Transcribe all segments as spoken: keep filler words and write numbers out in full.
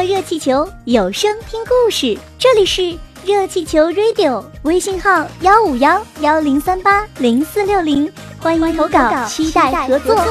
乐热气球有声听故事，这里是热气球 Radio， 微信号幺五幺幺零三八零四六零，欢迎投稿，期待合作。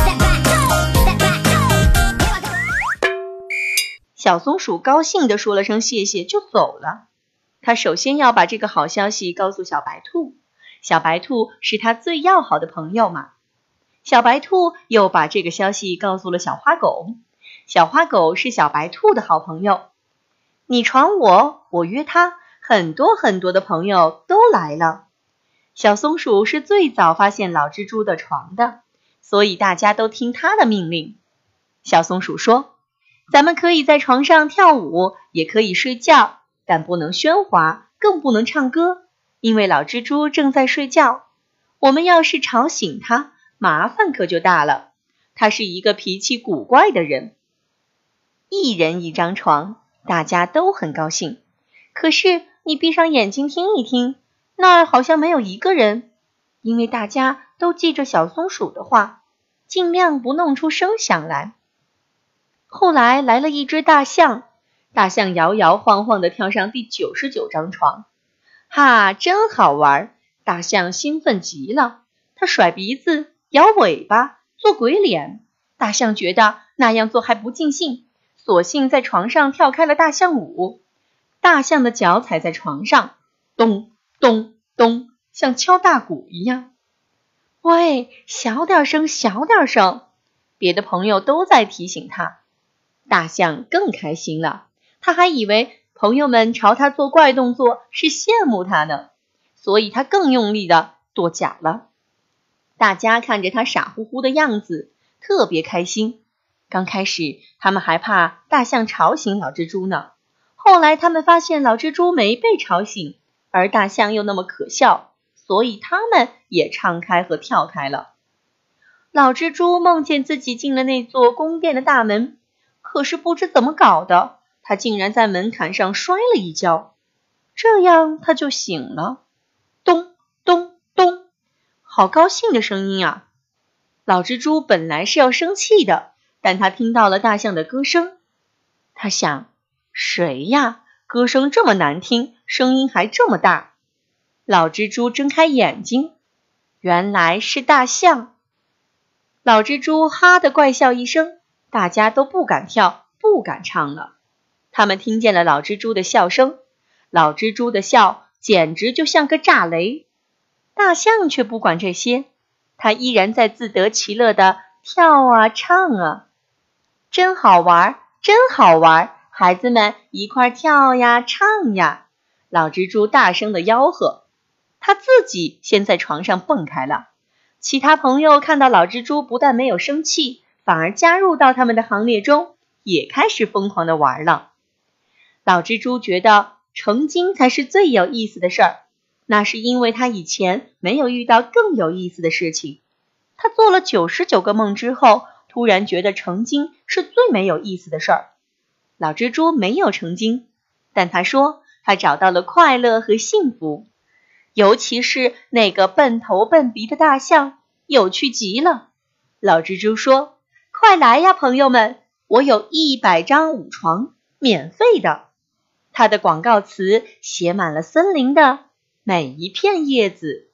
小松鼠高兴地说了声谢谢就走了。他首先要把这个好消息告诉小白兔，小白兔是他最要好的朋友嘛。小白兔又把这个消息告诉了小花狗，小花狗是小白兔的好朋友。你传我，我约他，很多很多的朋友都来了。小松鼠是最早发现老蜘蛛的床的，所以大家都听他的命令。小松鼠说，咱们可以在床上跳舞，也可以睡觉，但不能喧哗，更不能唱歌，因为老蜘蛛正在睡觉。我们要是吵醒他，麻烦可就大了。他是一个脾气古怪的人。一人一张床，大家都很高兴。可是你闭上眼睛听一听，那儿好像没有一个人，因为大家都记着小松鼠的话，尽量不弄出声响来。后来来了一只大象，大象摇摇晃晃地跳上第九十九张床。哈，真好玩！大象兴奋极了，它甩鼻子，摇尾巴，做鬼脸。大象觉得那样做还不尽兴，索性在床上跳开了大象舞。大象的脚踩在床上，咚咚咚，像敲大鼓一样。喂，小点声，小点声！别的朋友都在提醒他。大象更开心了，他还以为朋友们朝他做怪动作是羡慕他呢，所以他更用力地跺脚了。大家看着他傻乎乎的样子，特别开心。刚开始他们还怕大象吵醒老蜘蛛呢，后来他们发现老蜘蛛没被吵醒，而大象又那么可笑，所以他们也唱开和跳开了。老蜘蛛梦见自己进了那座宫殿的大门，可是不知怎么搞的，他竟然在门槛上摔了一跤，这样他就醒了。咚咚咚，好高兴的声音啊！老蜘蛛本来是要生气的，但他听到了大象的歌声。他想，谁呀？歌声这么难听，声音还这么大。老蜘蛛睁开眼睛，原来是大象。老蜘蛛哈地怪笑一声，大家都不敢跳，不敢唱了。他们听见了老蜘蛛的笑声，老蜘蛛的笑简直就像个炸雷。大象却不管这些，他依然在自得其乐地跳啊唱啊。真好玩，真好玩，孩子们一块跳呀唱呀！老蜘蛛大声地吆喝。他自己先在床上蹦开了。其他朋友看到老蜘蛛不但没有生气，反而加入到他们的行列中，也开始疯狂地玩了。老蜘蛛觉得成精才是最有意思的事儿，那是因为他以前没有遇到更有意思的事情。他做了九十九个梦之后，突然觉得成精是最没有意思的事儿。老蜘蛛没有成精，但他说他找到了快乐和幸福。尤其是那个笨头笨鼻的大象，有趣极了。老蜘蛛说，快来呀朋友们，我有一百张舞床，免费的。他的广告词写满了森林的每一片叶子，